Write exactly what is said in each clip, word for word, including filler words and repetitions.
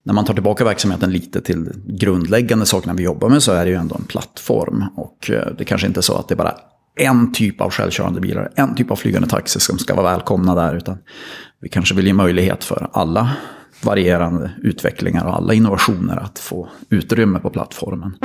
när man tar tillbaka verksamheten lite till grundläggande sakerna vi jobbar med så är det ju ändå en plattform. Och det kanske inte är så att det är bara en typ av självkörande bilar, en typ av flygande taxi som ska vara välkomna där. Utan vi kanske vill ge möjlighet för alla varierande utvecklingar och alla innovationer att få utrymme på plattformen.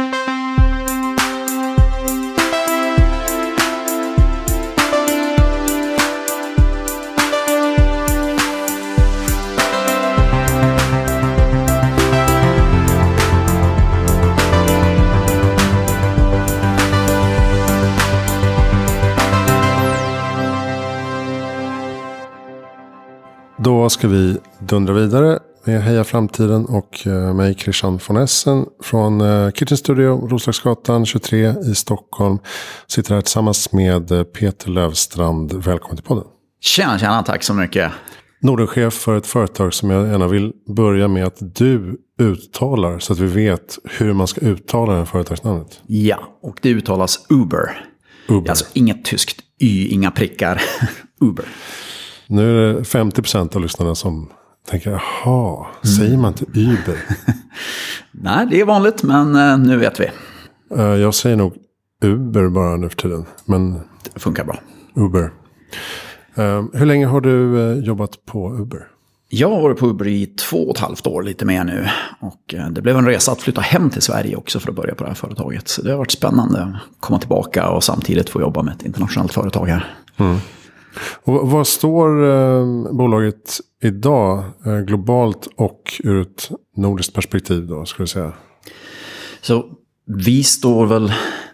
Då ska vi dundra vidare med Heja Framtiden och mig, Christian von Essen från Kitchen Studio, Roslagsgatan tjugotre i Stockholm. Sitter här tillsammans med Peter Lövstrand. Välkommen till podden. Tjena, tjena, tack så mycket. Nordenchef för ett företag som jag gärna vill börja med att du uttalar så att vi vet hur man ska uttala det här företagsnamnet. Ja, och det uttalas Uber. Uber. Alltså inget tyskt y, inga prickar. Uber. Nu är det femtio procent av lyssnarna som tänker, jaha, mm. säger man inte Uber? Nej, det är vanligt, men uh, nu vet vi. Uh, jag säger nog Uber bara nu för tiden. Men det funkar bra. Uber. Uh, hur länge har du uh, jobbat på Uber? Jag har varit på Uber i två och ett halvt år, lite mer nu. Och uh, det blev en resa att flytta hem till Sverige också för att börja på det här företaget. Så det har varit spännande att komma tillbaka och samtidigt få jobba med ett internationellt företag här. Mm. Och vad står eh, bolaget idag eh, globalt och ur ett nordiskt perspektiv då, skulle jag säga? Så vi står väl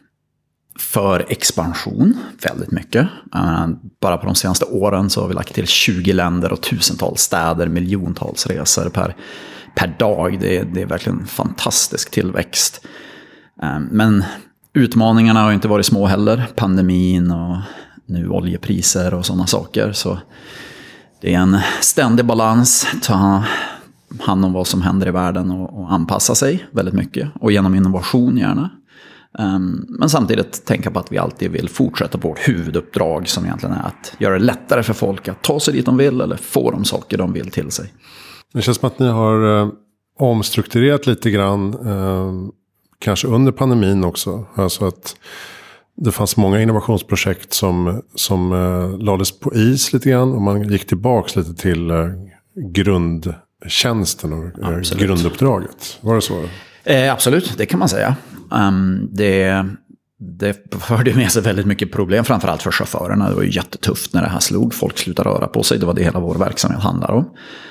för expansion väldigt mycket. Uh, bara på de senaste åren så har vi lagt till tjugo länder och tusentals städer, miljontals resor per, per dag. Det är, det är verkligen fantastisk tillväxt. Uh, men utmaningarna har inte varit små heller. Pandemin och nu oljepriser och sådana saker. Så det är en ständig balans. Ta hand om vad som händer i världen och, och anpassa sig väldigt mycket. Och genom innovation gärna. Um, men samtidigt tänka på att vi alltid vill fortsätta på vårt huvuduppdrag som egentligen är att göra det lättare för folk att ta sig dit de vill eller få de saker de vill till sig. Det känns som att ni har eh, omstrukturerat lite grann. Eh, kanske under pandemin också. Alltså att det fanns många innovationsprojekt som, som eh, lades på is lite grann. Och man gick tillbaka lite till eh, grundtjänsten och eh, grunduppdraget. Var det så? Eh, absolut, det kan man säga. Um, det, det förde med sig väldigt mycket problem, framförallt för chaufförerna. Det var ju jättetufft när det här slog. Folk slutade röra på sig. Det var det hela vår verksamhet handlar om.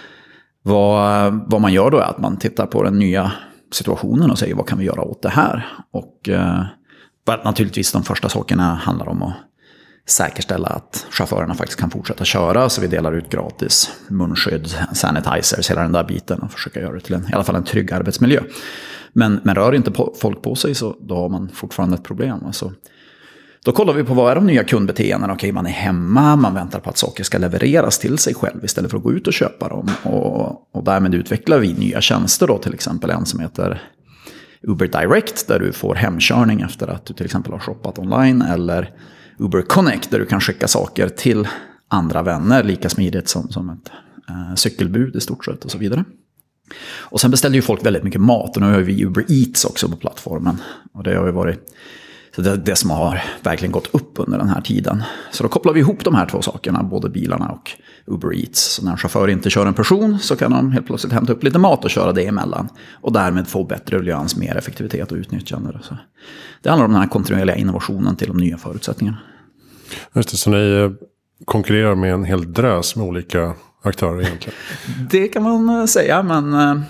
Vad, vad man gör då är att man tittar på den nya situationen och säger vad kan vi göra åt det här? Och eh, naturligtvis de första sakerna handlar om att säkerställa att chaufförerna faktiskt kan fortsätta köra. Så vi delar ut gratis munskydd, sanitizers, hela den där biten och försöka göra det till en, i alla fall en trygg arbetsmiljö. Men, men rör inte på, folk på sig så då har man fortfarande ett problem. Alltså, då kollar vi på vad är de nya kundbeteenden. Okej, man är hemma, man väntar på att saker ska levereras till sig själv istället för att gå ut och köpa dem. Och, och därmed utvecklar vi nya tjänster då, till exempel en som heter Uber Direct där du får hemkörning efter att du till exempel har shoppat online. Eller Uber Connect där du kan skicka saker till andra vänner lika smidigt som, som ett eh, cykelbud i stort sett och så vidare. Och sen beställer ju folk väldigt mycket mat och nu har vi Uber Eats också på plattformen. Och det har ju varit så det, det som har verkligen gått upp under den här tiden. Så då kopplar vi ihop de här två sakerna, både bilarna och Uber Eats. Så när en chaufför inte kör en person så kan de helt plötsligt hämta upp lite mat och köra det emellan. Och därmed få bättre ruljans, mer effektivitet och utnyttjande. Så det handlar om den här kontinuerliga innovationen till de nya förutsättningarna. Just det, så ni konkurrerar med en hel drös med olika aktörer egentligen? Det kan man säga, men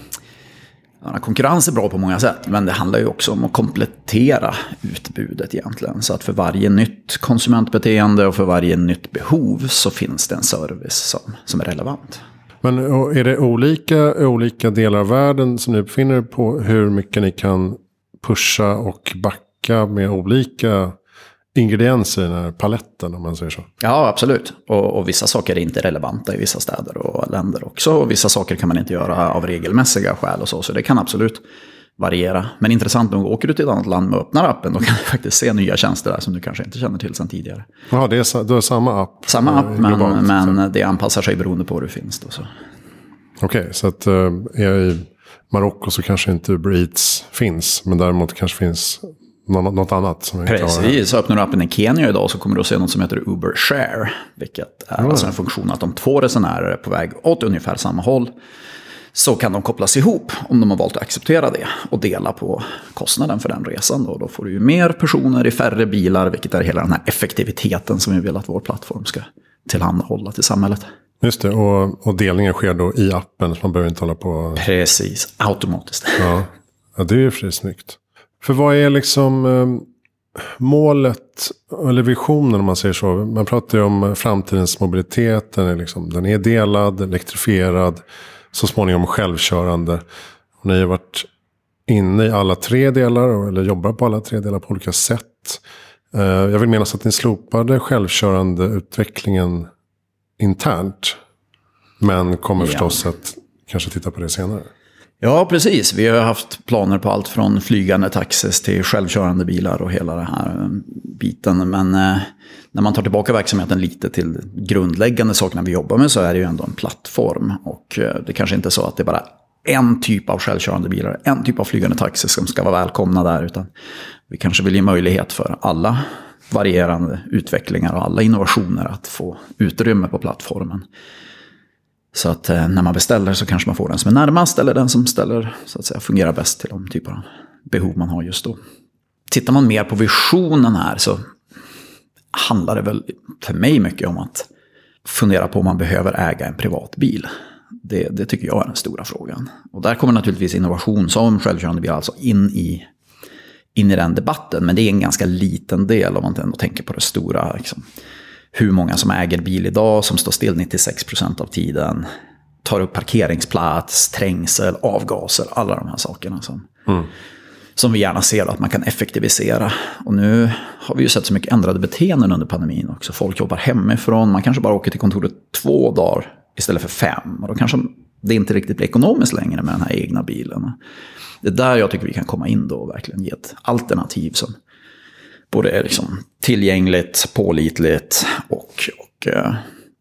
ja, konkurrens är bra på många sätt. Men det handlar ju också om att komplettera utbudet egentligen. Så att för varje nytt konsumentbeteende och för varje nytt behov så finns det en service som, som är relevant. Men är det olika, olika delar av världen som ni befinner er på hur mycket ni kan pusha och backa med olika ingredienser i den här paletten, om man säger så? Ja, absolut. Och, och vissa saker är inte relevanta i vissa städer och länder också. Och vissa saker kan man inte göra av regelmässiga skäl och så. Så det kan absolut variera. Men intressant nog, åker du till ett annat land och öppnar appen, då kan du faktiskt se nya tjänster där som du kanske inte känner till sedan tidigare. Ja, det är, det är samma app. Samma app, men, globalt, men det anpassar sig beroende på hur det finns då. Så. Okej, okay, så att är jag i Marocko så kanske inte Uber Eats finns. Men däremot kanske finns något, något annat som vi inte har här. Precis, så öppnar du appen i Kenya idag så kommer du att se något som heter Uber Share. Vilket är mm. alltså en funktion att om två resenärer är på väg åt ungefär samma håll så kan de kopplas ihop om de har valt att acceptera det och dela på kostnaden för den resan. Då, då får du ju mer personer i färre bilar, vilket är hela den här effektiviteten som vi vill att vår plattform ska tillhandahålla till samhället. Just det, och, och delningen sker då i appen så man behöver inte hålla på... Precis, automatiskt. Ja, ja det är ju för snyggt. För vad är liksom eh, målet eller visionen om man säger så? Man pratar ju om framtidens mobilitet, den är, liksom, den är delad, elektrifierad, så småningom självkörande. Och ni har varit inne i alla tre delar eller jobbar på alla tre delar på olika sätt. Eh, jag vill minnas att ni slopade självkörande utvecklingen internt. Men kommer ja. förstås att kanske titta på det senare. Ja, precis. Vi har haft planer på allt från flygande taxis till självkörande bilar och hela den här biten. Men eh, när man tar tillbaka verksamheten lite till grundläggande sakerna vi jobbar med så är det ju ändå en plattform. Och eh, det kanske inte är så att det är bara en typ av självkörande bilar, en typ av flygande taxis som ska vara välkomna där. Utan vi kanske vill ge möjlighet för alla varierande utvecklingar och alla innovationer att få utrymme på plattformen. Så att eh, när man beställer så kanske man får den som är närmast eller den som ställer, så att säga, fungerar bäst till de typer av behov man har just då. Tittar man mer på visionen här så handlar det väl för mig mycket om att fundera på om man behöver äga en privat bil. Det, det tycker jag är den stora frågan. Och där kommer naturligtvis innovation som självkörande bil alltså in i, in i den debatten. Men det är en ganska liten del om man ändå tänker på det stora liksom. Hur många som äger bil idag som står still nittiosex procent av tiden. Tar upp parkeringsplats, trängsel, avgaser, alla de här sakerna som, mm. som vi gärna ser att man kan effektivisera. Och nu har vi ju sett så mycket ändrade beteenden under pandemin också. Folk jobbar hemifrån, man kanske bara åker till kontoret två dagar istället för fem. Och då kanske det inte riktigt blir ekonomiskt längre med den här egna bilen. Det är där jag tycker vi kan komma in då och verkligen ge ett alternativ som både är liksom tillgängligt, pålitligt och, och uh,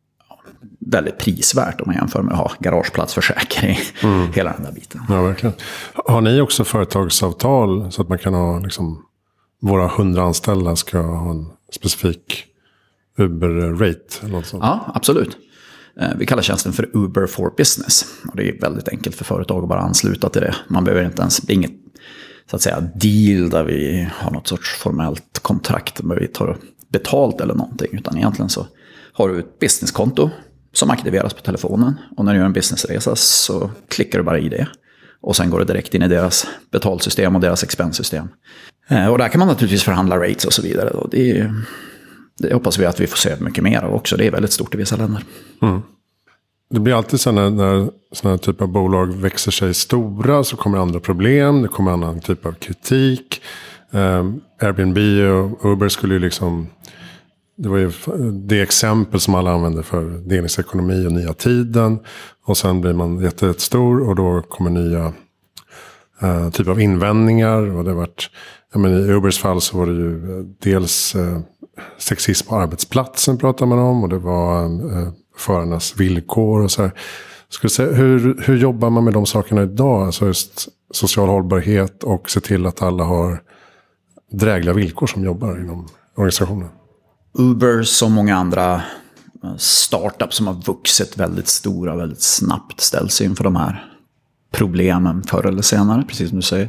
väldigt prisvärt om man jämför med att ha garageplatsförsäkring. Mm. Hela den där biten. Ja, verkligen. Har ni också företagsavtal så att man kan ha liksom, våra hundra anställda ska ha en specifik Uber-rate? Eller något sånt? Ja, absolut. Vi kallar tjänsten för Uber for Business. Och det är väldigt enkelt för företag att bara ansluta till det. Man behöver inte ens, det är inget så att säga deal där vi har något sorts formellt kontrakt där vi tar betalt eller någonting. Utan egentligen så har du ett businesskonto som aktiveras på telefonen. Och när du gör en businessresa så klickar du bara i det. Och sen går det direkt in i deras betalsystem och deras expenssystem. Och där kan man naturligtvis förhandla rates och så vidare. Och det, är, det hoppas vi att vi får se mycket mer av också. Det är väldigt stort i vissa länder. Mm. Det blir alltid så när, när sådana här typer av bolag växer sig stora så kommer andra problem. Det kommer annan typ av kritik. Um, Airbnb och Uber skulle ju liksom... Det var ju det exempel som alla använder för delningsekonomi och nya tiden. Och sen blir man jättestor och då kommer nya uh, typer av invändningar. Och det har varit, ja, men i Ubers fall så var det ju dels uh, sexism på arbetsplatsen pratar man om. Och det var uh, förarnas villkor och så här. Ska säga, hur, hur jobbar man med de sakerna idag? Alltså just social hållbarhet och se till att alla har drägliga villkor som jobbar inom organisationen. Uber som många andra startups som har vuxit väldigt stora väldigt snabbt ställs inför de här problemen förr eller senare, precis som du säger.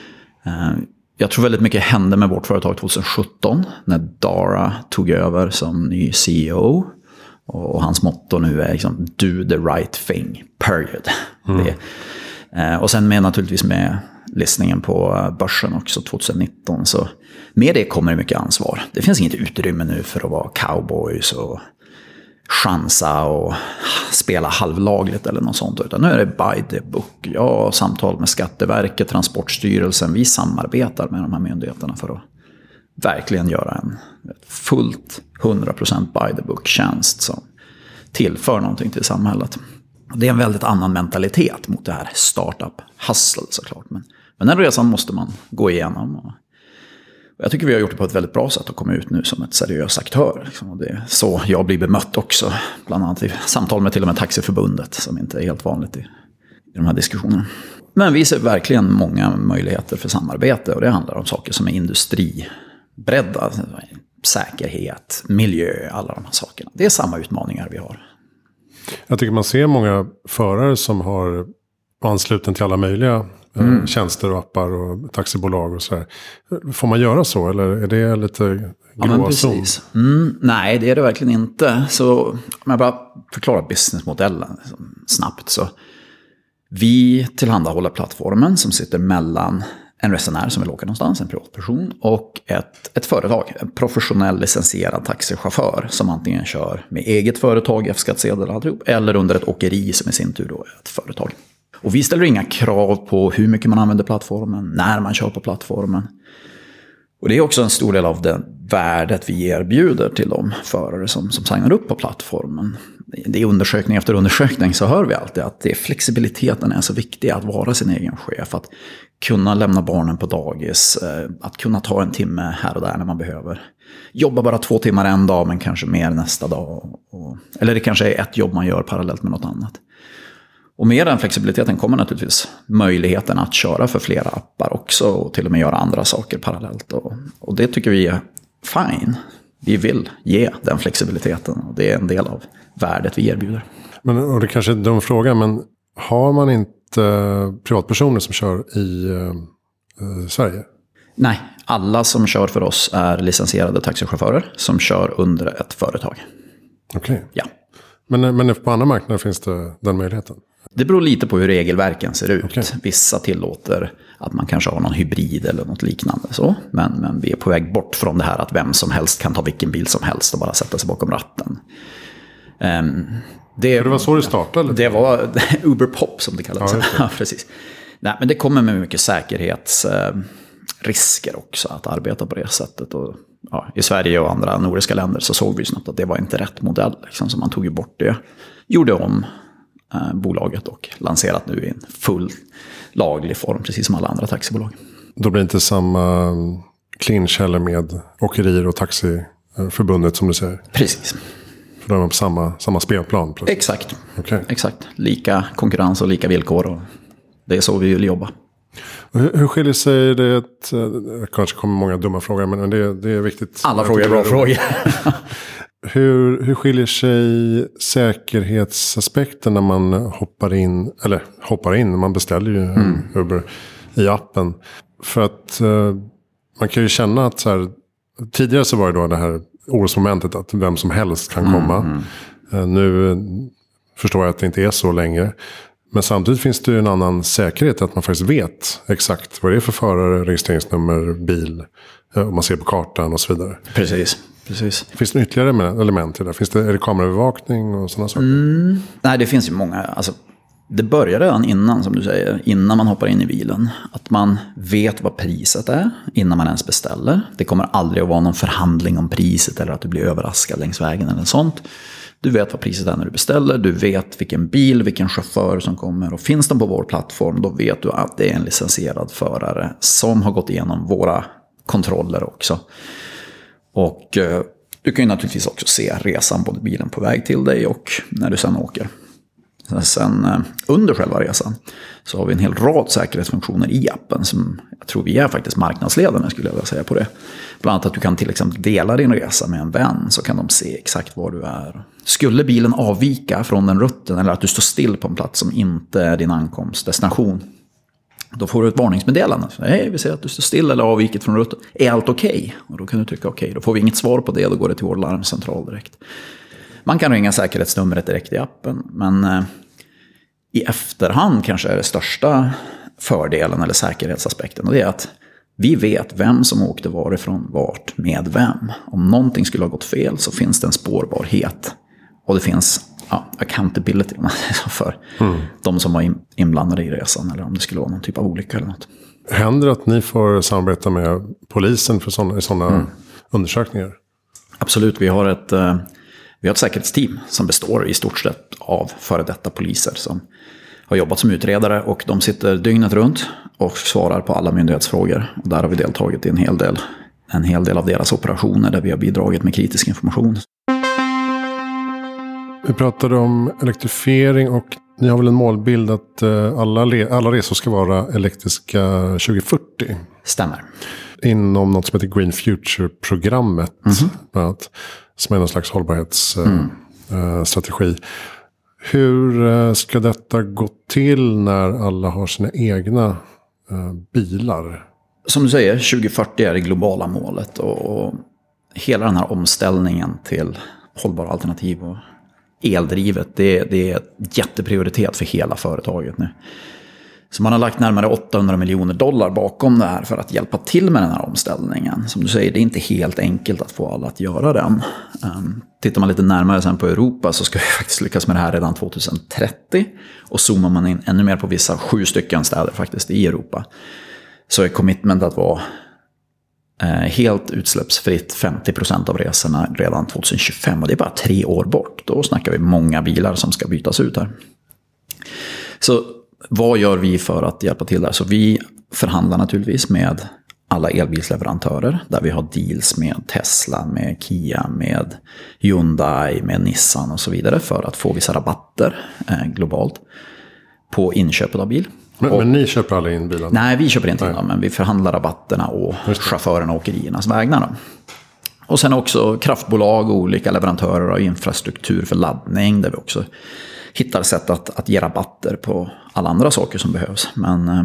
Jag tror väldigt mycket hände med vårt företag tjugosjutton när Dara tog över som ny C E O. Och hans motto nu är liksom do the right thing, period. Mm. Det. Och sen med naturligtvis med listningen på börsen också tjugonitton så med det kommer det mycket ansvar. Det finns inget utrymme nu för att vara cowboys och chansa och spela halvlagligt eller något sånt. Utan nu är det by the book. Jag har samtal med Skatteverket, Transportstyrelsen. Vi samarbetar med de här myndigheterna för att verkligen göra en fullt hundra procent by the book tjänst som tillför någonting till samhället. Det är en väldigt annan mentalitet mot det här startup-hustle såklart. Men, men den resan måste man gå igenom. Och jag tycker vi har gjort det på ett väldigt bra sätt att komma ut nu som ett seriös aktör. Liksom. Och det är så jag blir bemött också. Bland annat i samtal med till och med Taxiförbundet som inte är helt vanligt i, i de här diskussionerna. Men vi ser verkligen många möjligheter för samarbete och det handlar om saker som är industribredda, säkerhet, miljö, alla de här sakerna. Det är samma utmaningar vi har. Jag tycker man ser många förare som har ansluten till alla möjliga mm. tjänster och appar och taxibolag och så här. Får man göra så eller är det lite gråzon? Ja, mm, nej, det är det verkligen inte. Så om jag bara förklarar businessmodellen snabbt så. Vi tillhandahåller plattformen som sitter mellan en resenär som vill åka någonstans, en privatperson, och ett, ett företag, en professionell licensierad taxichaufför som antingen kör med eget företag, F-skattsedel och alltihop, eller under ett åkeri som i sin tur då är ett företag. Och vi ställer inga krav på hur mycket man använder plattformen, när man kör på plattformen. Och det är också en stor del av det värdet vi erbjuder till de förare som, som signar upp på plattformen. Det är undersökning efter undersökning så hör vi alltid att det är flexibiliteten är så viktig att vara sin egen chef. Att kunna lämna barnen på dagis, att kunna ta en timme här och där när man behöver. Jobba bara två timmar en dag men kanske mer nästa dag. Och, eller det kanske är ett jobb man gör parallellt med något annat. Och med den flexibiliteten kommer naturligtvis möjligheten att köra för flera appar också och till och med göra andra saker parallellt. Och, och det tycker vi är fine. Vi vill ge den flexibiliteten och det är en del av värdet vi erbjuder. Men, och det kanske är en dum fråga, men har man inte uh, privatpersoner som kör i uh, Sverige? Nej, alla som kör för oss är licensierade taxichaufförer som kör under ett företag. Okej. Okay. Ja. Men, men på andra marknader finns det den möjligheten? Det beror lite på hur regelverken ser ut. Okay. Vissa tillåter att man kanske har någon hybrid eller något liknande. Så. Men, men vi är på väg bort från det här att vem som helst kan ta vilken bil som helst och bara sätta sig bakom ratten. Um, det, det var så det startade? Det var Uber Pop som det kallas. Ja, ja, precis. Nej, men det kommer med mycket säkerhetsrisker också att arbeta på det sättet. Och, ja, i Sverige och andra nordiska länder så såg vi snabbt att det var inte rätt modell. Liksom, så man tog ju bort det. Gjorde om eh, bolaget och lanserat nu i en full laglig form, precis som alla andra taxibolag. Då blir det inte samma clinch heller med åkerier och taxiförbundet som du säger? Precis. För då är man på samma, samma spelplan? Plötsligt. Exakt. Okay. Exakt. Lika konkurrens och lika villkor. Och det är så vi vill jobba. Hur, hur skiljer sig det? Ett, det kanske kommer många dumma frågor, men det, det är viktigt. Alla frågor är bra frågor. hur, hur skiljer sig säkerhetsaspekten när man hoppar in, eller hoppar in, man beställer ju mm. Uber i appen. För att uh, man kan ju känna att så här, tidigare så var det då det här orosmomentet att vem som helst kan komma. Mm, mm. Uh, nu förstår jag att det inte är så längre. Men samtidigt finns det ju en annan säkerhet att man faktiskt vet exakt vad det är för förare, registreringsnummer, bil, om man ser på kartan och så vidare. Precis, precis. Finns det ytterligare element i det? Finns det, är det kameraövervakning och sådana saker? Mm, nej, det finns ju många. Alltså, det börjar redan innan, som du säger, innan man hoppar in i bilen. Att man vet vad priset är innan man ens beställer. Det kommer aldrig att vara någon förhandling om priset eller att du blir överraskad längs vägen eller sånt. Du vet vad priset är när du beställer, du vet vilken bil, vilken chaufför som kommer. Och finns de på vår plattform, då vet du att det är en licensierad förare som har gått igenom våra kontroller också. Och eh, du kan ju naturligtvis också se resan, både bilen på väg till dig och när du sen åker. Sen eh, under själva resan så har vi en hel rad säkerhetsfunktioner i appen som jag tror vi är faktiskt marknadsledande, skulle jag vilja säga på det. Bland annat att du kan till exempel dela din resa med en vän, så kan de se exakt var du är. Skulle bilen avvika från den rutten eller att du står still på en plats som inte är din ankomstdestination, då får du ett varningsmeddelande. Hej, vi ser att du står still eller avvikit från rutten. Är allt okej? Okay? Och då kan du trycka okej. Okay. Då får vi inget svar på det, då går det till vår larmcentral direkt. Man kan ringa säkerhetsnumret direkt i appen, men eh, i efterhand kanske är det största fördelen eller säkerhetsaspekten. Och det är att vi vet vem som åkte varifrån, vart, med vem. Om någonting skulle ha gått fel så finns det en spårbarhet. Och det finns ja, accountability för mm. de som var inblandade i resan. Eller om det skulle vara någon typ av olycka eller något. Händer det att ni får samarbeta med polisen för sådana, sådana mm. undersökningar? Absolut, vi har ett... Eh, Vi har ett säkerhetsteam som består i stort sett av före detta poliser som har jobbat som utredare, och de sitter dygnet runt och svarar på alla myndighetsfrågor. Och där har vi deltagit i en hel del, en hel del av deras operationer där vi har bidragit med kritisk information. Vi pratade om elektrifiering och ni har väl en målbild att alla, alla resor ska vara elektriska tjugo fyrtio? Stämmer. Inom något som heter Green Future-programmet. Mm-hmm. Som är någon slags hållbarhetsstrategi. Mm. Hur ska detta gå till när alla har sina egna bilar? Som du säger, tjugo fyrtio är det globala målet. Och hela den här omställningen till hållbara alternativ och eldrivet, det, det är jätteprioritet för hela företaget nu. Så man har lagt närmare åttahundra miljoner dollar bakom det här för att hjälpa till med den här omställningen. Som du säger, det är inte helt enkelt att få alla att göra den. Um, tittar man lite närmare sen på Europa så ska vi faktiskt lyckas med det här redan tjugohundratrettio. Och zoomar man in ännu mer på vissa sju stycken städer faktiskt i Europa, så är commitment att vara eh, helt utsläppsfritt femtio procent av resorna redan tjugohundratjugofem. Och det är bara tre år bort. Då snackar vi många bilar som ska bytas ut här. Så vad gör vi för att hjälpa till där? Så vi förhandlar naturligtvis med alla elbilsleverantörer. Där vi har deals med Tesla, med Kia, med Hyundai, med Nissan och så vidare. För att få vissa rabatter eh, globalt på inköpet av bil. Men, och, men ni köper aldrig in bilarna? Nej, vi köper inte in dem. Men vi förhandlar rabatterna och chaufförerna och åkeriernas vägnar. Då. Och sen också kraftbolag och olika leverantörer av infrastruktur för laddning. Där vi också hittar sätt att, att ge rabatter på alla andra saker som behövs. Men eh,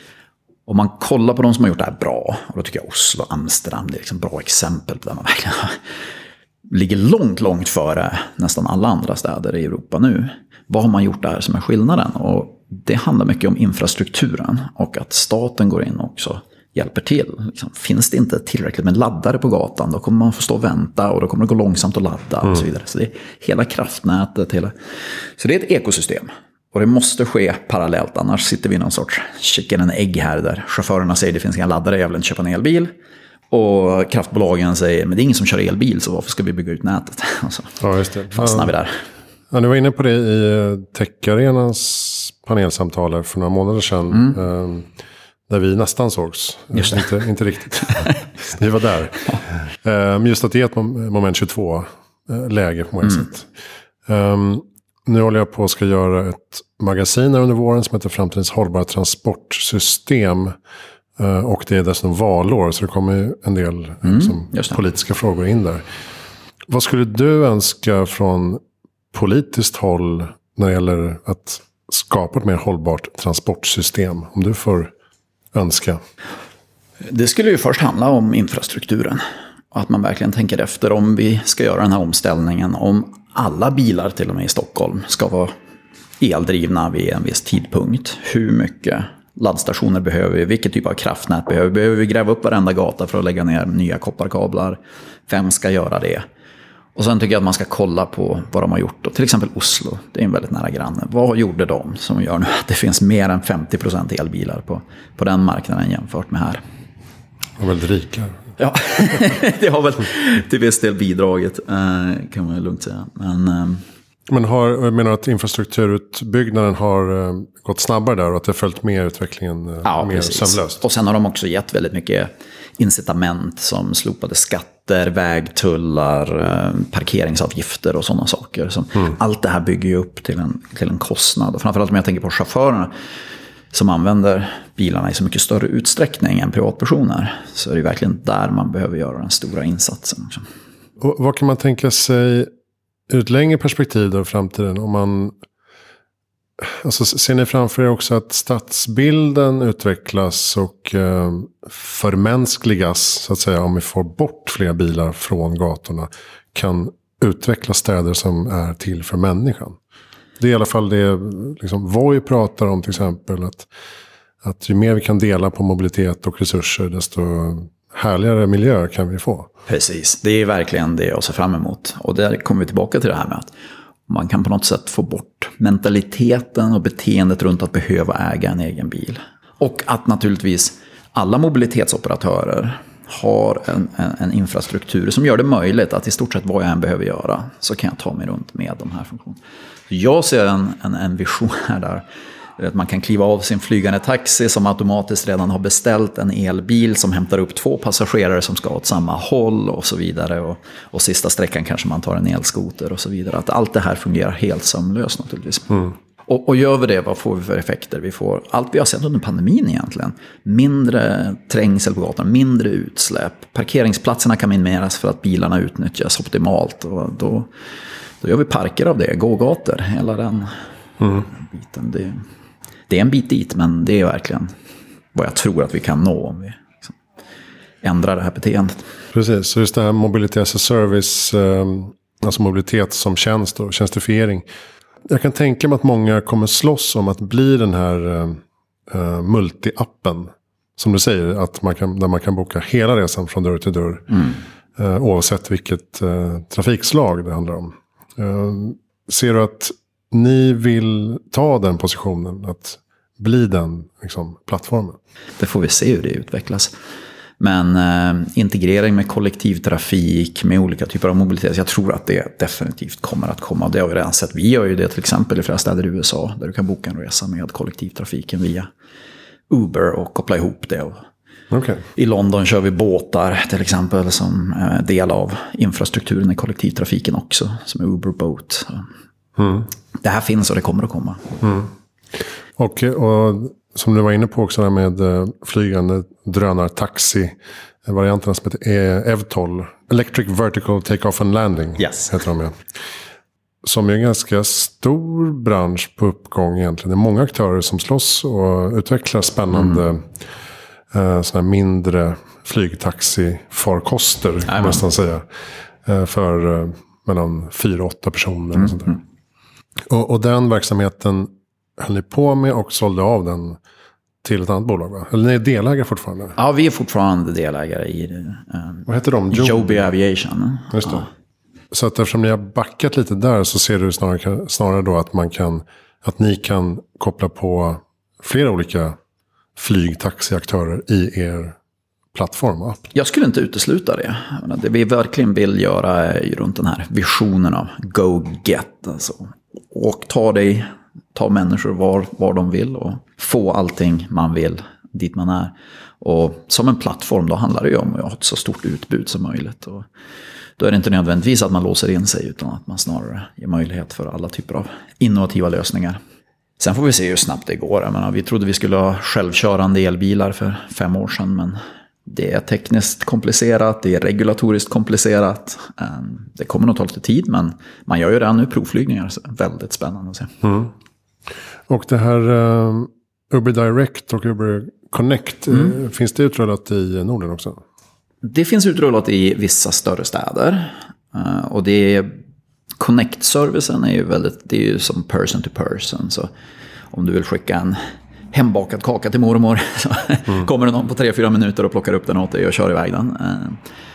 om man kollar på de som har gjort det här bra, och då tycker jag Oslo och Amsterdam, det är liksom bra exempel där man verkligen ligger långt, långt före nästan alla andra städer i Europa nu. Vad har man gjort där som är skillnaden? Och det handlar mycket om infrastrukturen och att staten går in och också hjälper till. Liksom, finns det inte tillräckligt med laddare på gatan, då kommer man få stå och vänta och då kommer det gå långsamt att ladda och så vidare. Så det är hela kraftnätet. Hela... Så det är ett ekosystem. Och det måste ske parallellt, annars sitter vi i någon sorts chicken and egg här där chaufförerna säger det finns inga laddare, jag vill inte köpa en elbil. Och kraftbolagen säger men det är ingen som kör elbil så varför ska vi bygga ut nätet? Alltså, ja, just det. Fastnar vi där. Ja, ni var inne på det i Tech-arenans panelsamtal för några månader sedan. Mm. Där vi nästan sågs. Just inte, inte riktigt. Ni var där. Men just att det är ett moment tjugotvå-läge på många mm. sätt. Um, nu håller jag på att ska göra ett magasin under våren som heter Framtidens hållbara transportsystem. Uh, och det är dessutom valår så det kommer en del mm, liksom, politiska frågor in där. Vad skulle du önska från politiskt håll när det gäller att skapa ett mer hållbart transportsystem? Om du får önska. Det skulle ju först handla om infrastrukturen. Och att man verkligen tänker efter om vi ska göra den här omställningen. Om alla bilar till och med i Stockholm ska vara eldrivna vid en viss tidpunkt. Hur mycket laddstationer behöver vi? Vilket typ av kraftnät behöver vi? Behöver vi gräva upp varenda gata för att lägga ner nya kopparkablar? Vem ska göra det? Och sen tycker jag att man ska kolla på vad de har gjort. Och till exempel Oslo, det är en väldigt nära granne. Vad gjorde de som gör nu att det finns mer än femtio procent elbilar på, på den marknaden jämfört med här? De är väldigt rika. Ja, det har väl till viss del bidragit, kan man lugnt säga. Men, Men har, jag menar att infrastrukturutbyggnaden har gått snabbare där och att det har följt med utvecklingen ja, mer sömlöst. Och sen har de också gett väldigt mycket incitament som slopade skatter, vägtullar, parkeringsavgifter och sådana saker. Som mm. Allt det här bygger ju upp till en, till en kostnad. Och framförallt om jag tänker på chaufförerna som använder bilarna i så mycket större utsträckning än privatpersoner, så är det verkligen där man behöver göra den stora insatsen. Och vad kan man tänka sig ur ett längre perspektiv då i framtiden? Om man, alltså, ser ni framför er också att stadsbilden utvecklas och eh, förmänskligas så att säga, om vi får bort fler bilar från gatorna, kan utveckla städer som är till för människan? Det är i alla fall det liksom, Voi pratar om till exempel, att, att ju mer vi kan dela på mobilitet och resurser, desto härligare miljö kan vi få. Precis, det är verkligen det jag ser fram emot. Och där kommer vi tillbaka till det här med att man kan på något sätt få bort mentaliteten och beteendet runt att behöva äga en egen bil. Och att naturligtvis alla mobilitetsoperatörer har en, en, en infrastruktur som gör det möjligt att i stort sett vad jag än behöver göra så kan jag ta mig runt med de här funktionerna. Jag ser en, en, en vision här där att man kan kliva av sin flygande taxi som automatiskt redan har beställt en elbil som hämtar upp två passagerare som ska åt samma håll och så vidare. Och, och sista sträckan kanske man tar en elskoter och så vidare. Att allt det här fungerar helt sömlöst naturligtvis. Mm. Och, och gör vi det, vad får vi för effekter? Vi får allt vi har sett under pandemin egentligen. Mindre trängsel på gatan, mindre utsläpp. Parkeringsplatserna kan minimeras för att bilarna utnyttjas optimalt. Och då, då gör vi parker av det, gågator, hela den mm. biten. Det, det är en bit dit, men det är verkligen vad jag tror att vi kan nå om vi liksom ändrar det här beteendet. Precis, så just det här mobility as a service, alltså mobilitet som tjänst och tjänstifiering. Jag kan tänka mig att många kommer slåss om att bli den här uh, multi-appen. Som du säger, att man kan, där man kan boka hela resan från dörr till dörr. Mm. Uh, oavsett vilket uh, trafikslag det handlar om. Uh, ser du att ni vill ta den positionen? Att bli den liksom, plattformen? Det får vi se hur det utvecklas. Men eh, integrering med kollektivtrafik, med olika typer av mobilitet. Jag tror att det definitivt kommer att komma. Det har vi redan sett. Vi gör ju det till exempel i flera städer i U S A. Där du kan boka en resa med kollektivtrafiken via Uber och koppla ihop det. Okay. I London kör vi båtar till exempel som eh, del av infrastrukturen i kollektivtrafiken också. Som är Uber Boat. Mm. Det här finns och det kommer att komma. Mm. Och... och... Som du var inne på också där med flygande drönartaxi-varianterna som heter E V T O L. Electric Vertical Take-Off and Landing. Yes. Heter de, ja. Som är en ganska stor bransch på uppgång egentligen. Det är många aktörer som slåss och utvecklar spännande mm. eh, såna här mindre flygtaxi-farkoster, kan man nästan säga. Eh, för eh, mellan fyra och åtta personer. Mm. Och, sånt där. Och, och den verksamheten höll ni på med och sålde av den till ett annat bolag, va? Eller ni är delägare fortfarande? Ja, vi är fortfarande delägare i det. Um, Vad heter de? Joby Aviation. Just det. Ja. Så att eftersom ni har backat lite där så ser du snarare, snarare då att man kan, att ni kan koppla på flera olika flygtaxiaktörer i er plattform, app. Jag skulle inte utesluta det. Det vi verkligen vill göra är ju runt den här visionen av go get. Alltså. Och ta dig... ta människor var, var de vill och få allting man vill dit man är. Och som en plattform då handlar det ju om att ha ett så stort utbud som möjligt. Och då är det inte nödvändigtvis att man låser in sig utan att man snarare ger möjlighet för alla typer av innovativa lösningar. Sen får vi se hur snabbt det går. Jag menar, vi trodde vi skulle ha självkörande elbilar för fem år sedan, men det är tekniskt komplicerat, det är regulatoriskt komplicerat. Det kommer nog ta lite tid, men man gör ju redan nu provflygningar. Så väldigt spännande att se. Mm. Och det här uh, Uber Direct och Uber Connect, mm. uh, finns det utrullat i Norden också? Det finns utrullat i vissa större städer. Uh, och det är, Connect-servicen är ju väldigt, det är ju som person to person. Så om du vill skicka en hembakad kaka till mormor så mm. kommer det någon på tre fyra minuter och plockar upp den åt dig och kör iväg den. Uh,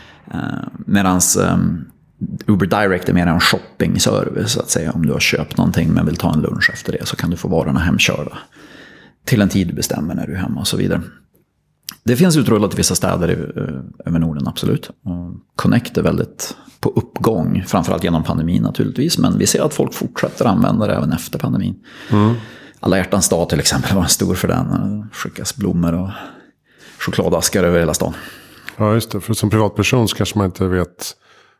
uh, medans... Um, Uber Direct är mer en shopping-service så att säga. Om du har köpt någonting men vill ta en lunch efter det så kan du få varorna hemkörda till en tid du bestämmer när du är hemma och så vidare. Det finns utrullat i vissa städer över Norden, absolut. Och Connect är väldigt på uppgång, framförallt genom pandemin naturligtvis, men vi ser att folk fortsätter använda det även efter pandemin. Mm. Alla hjärtans dag till exempel var en stor för den. Skickas blommor och chokladaskar över hela stan. Ja, just det. För som privatperson så kanske man inte vet...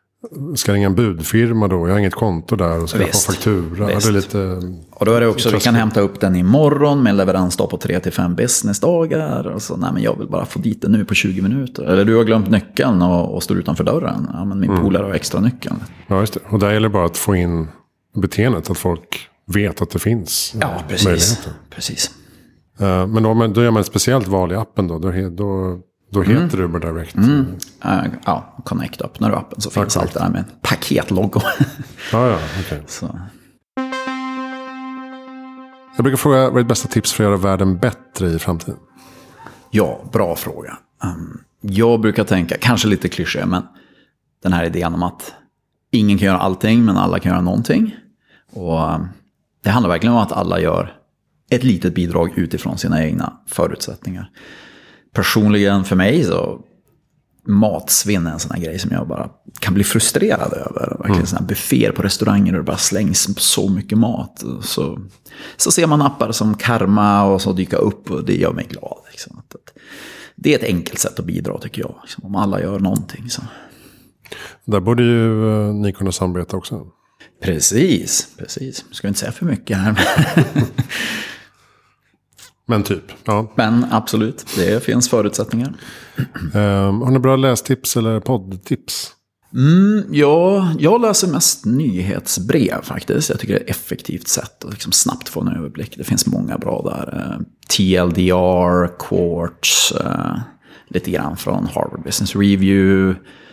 Ska ringa en budfirma då? Jag har inget konto där och ska jag få faktura. Det är lite... Och då är det också, vi kan hämta upp den imorgon med en leveransdag på tre till fem businessdagar. Och så, nej men jag vill bara få dit den nu på tjugo minuter. Eller du har glömt nyckeln och, och står utanför dörren. Ja, men min mm. polare har extra nyckeln. Ja, just det. Och där gäller bara att få in beteendet, att folk vet att det finns ja, precis. möjligheter. Precis. Uh, men då, då gör man ett speciellt val i appen då. Då, då Då heter mm. det Uber Direct. Mm. Uh, ja, Connect, öppnar du appen så finns okay. allt det där med en paketloggo. ah, ja, okay. Så. Jag brukar fråga, vad är ditt bästa tips för att göra världen bättre i framtiden? Ja, bra fråga. Um, jag brukar tänka, kanske lite kliché, men den här idén om att ingen kan göra allting, men alla kan göra någonting. Och um, det handlar verkligen om att alla gör ett litet bidrag utifrån sina egna förutsättningar. Personligen för mig så matsvinn är en sån här grej som jag bara kan bli frustrerad över. Verkligen mm. såna här bufféer på restauranger och det bara slängs så mycket mat. Så, så ser man appar som Karma och så dyka upp och det gör mig glad. Liksom. Det är ett enkelt sätt att bidra tycker jag. Liksom, om alla gör någonting. Så. Där borde ju ni kunna samarbeta också. Precis, precis. Ska vi inte säga för mycket här. Men typ, ja. Men absolut, det finns förutsättningar. Um, har ni bra lästips eller poddtips? Mm, ja, jag läser mest nyhetsbrev faktiskt. Jag tycker det är ett effektivt sätt att liksom snabbt få en överblick. Det finns många bra där. T L D R, Quartz, uh, lite grann från Harvard Business Review.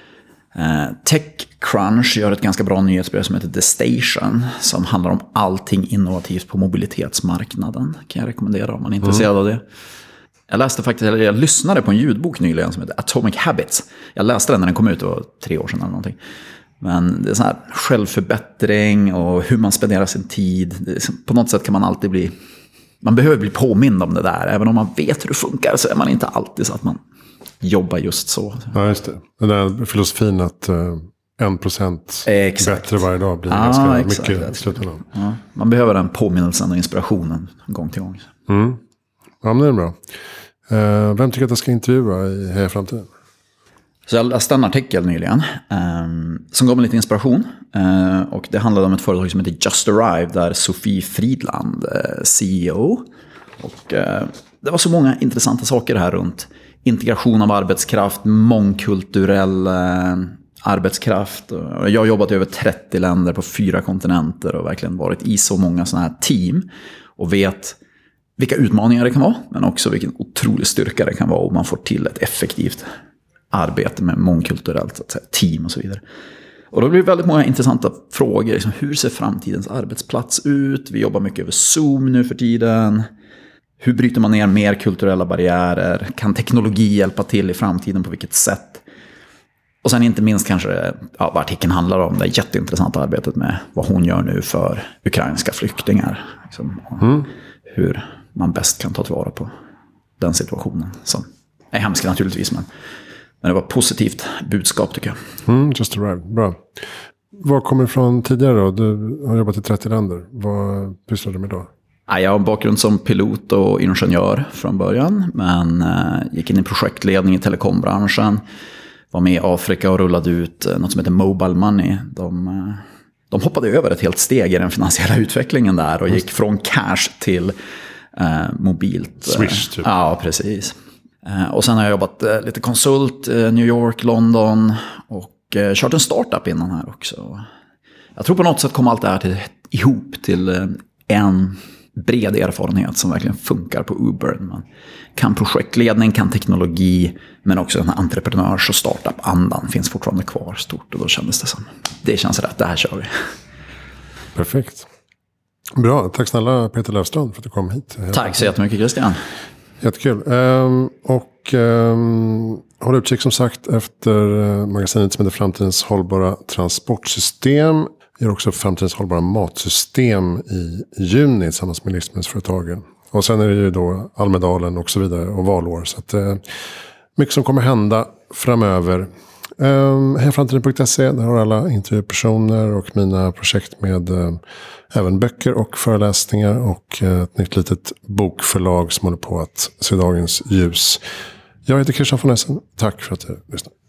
Uh, TechCrunch gör ett ganska bra nyhetsbrev som heter The Station, som handlar om allting innovativt på mobilitetsmarknaden. Kan jag rekommendera om man är intresserad mm. av det. Jag läste faktiskt, eller jag lyssnade på en ljudbok nyligen som heter Atomic Habits. Jag läste den när den kom ut, det var tre år sedan eller någonting. Men det är så här självförbättring och hur man spenderar sin tid. Det är, på något sätt kan man alltid bli, man behöver bli påmind om det där. Även om man vet hur det funkar så är man inte alltid så att man jobbar just så. Ja, just det. Den där filosofin att uh, en procent bättre varje dag blir ah, ganska exakt, mycket i slutändan. Ja, man behöver den påminnelsen och inspirationen gång till gång. Mm. Ja, men det är bra. Uh, vem tycker att jag ska intervjua i Heja Framtiden? Så jag läste en artikel nyligen um, som gav mig lite inspiration. Uh, och det handlade om ett företag som heter Just Arrive, där Sofie Fridland, uh, C E O. Och uh, det var så många intressanta saker här runt integration av arbetskraft, mångkulturell uh, arbetskraft. Jag har jobbat i över trettio länder på fyra kontinenter och verkligen varit i så många sådana här team. Och vet vilka utmaningar det kan vara, men också vilken otrolig styrka det kan vara om man får till ett effektivt arbete med mångkulturellt så att säga, team och så vidare. Och då blir det väldigt många intressanta frågor. Liksom, hur ser framtidens arbetsplats ut? Vi jobbar mycket över Zoom nu för tiden. Hur bryter man ner mer kulturella barriärer? Kan teknologi hjälpa till i framtiden? På vilket sätt? Och sen inte minst kanske ja, vad artikeln handlar om. Det jätteintressanta arbetet med vad hon gör nu för ukrainska flyktingar. Liksom, mm. Hur man bäst kan ta tillvara på den situationen. Som är hemsk naturligtvis, men, men det var positivt budskap tycker jag. Mm, just arrived. Bra. Var kommer du från tidigare då? Du har jobbat i trettio länder. Vad pysslar du med då? Jag har en bakgrund som pilot och ingenjör från början. Men äh, gick in i projektledning i telekombranschen. Var med i Afrika och rullade ut något som heter Mobile Money. De, äh, de hoppade över ett helt steg i den finansiella utvecklingen där. Och gick från cash till äh, mobilt. Swish typ. Ja, precis. Äh, och sen har jag jobbat äh, lite konsult. Äh, New York, London. Och äh, kört en startup innan här också. Jag tror på något sätt kom allt det här till, ihop till äh, en bred erfarenhet som verkligen funkar på Uber. Man kan projektledning, kan teknologi, men också den här entreprenörs- och startup-andan finns fortfarande kvar stort. Och då kändes det som, det känns rätt, det här kör vi. Perfekt. Bra, tack snälla Peter Löfstrand för att du kom hit. Tack så jättemycket Christian. Jättekul. Um, och um, håll utkik som sagt efter uh, magasinet som heter Framtidens hållbara transportsystem. Gör också Framtidens hållbara matsystem i juni tillsammans med livsmedelsföretagen. Och sen är det ju då Almedalen och så vidare och valår. Så att, eh, mycket som kommer hända framöver. Eh, Hejaframtiden punkt se, där har alla intervjupersoner och mina projekt med eh, även böcker och föreläsningar. Och eh, ett nytt litet bokförlag som håller på att se dagens ljus. Jag heter Christian von Essen. Tack för att du lyssnade.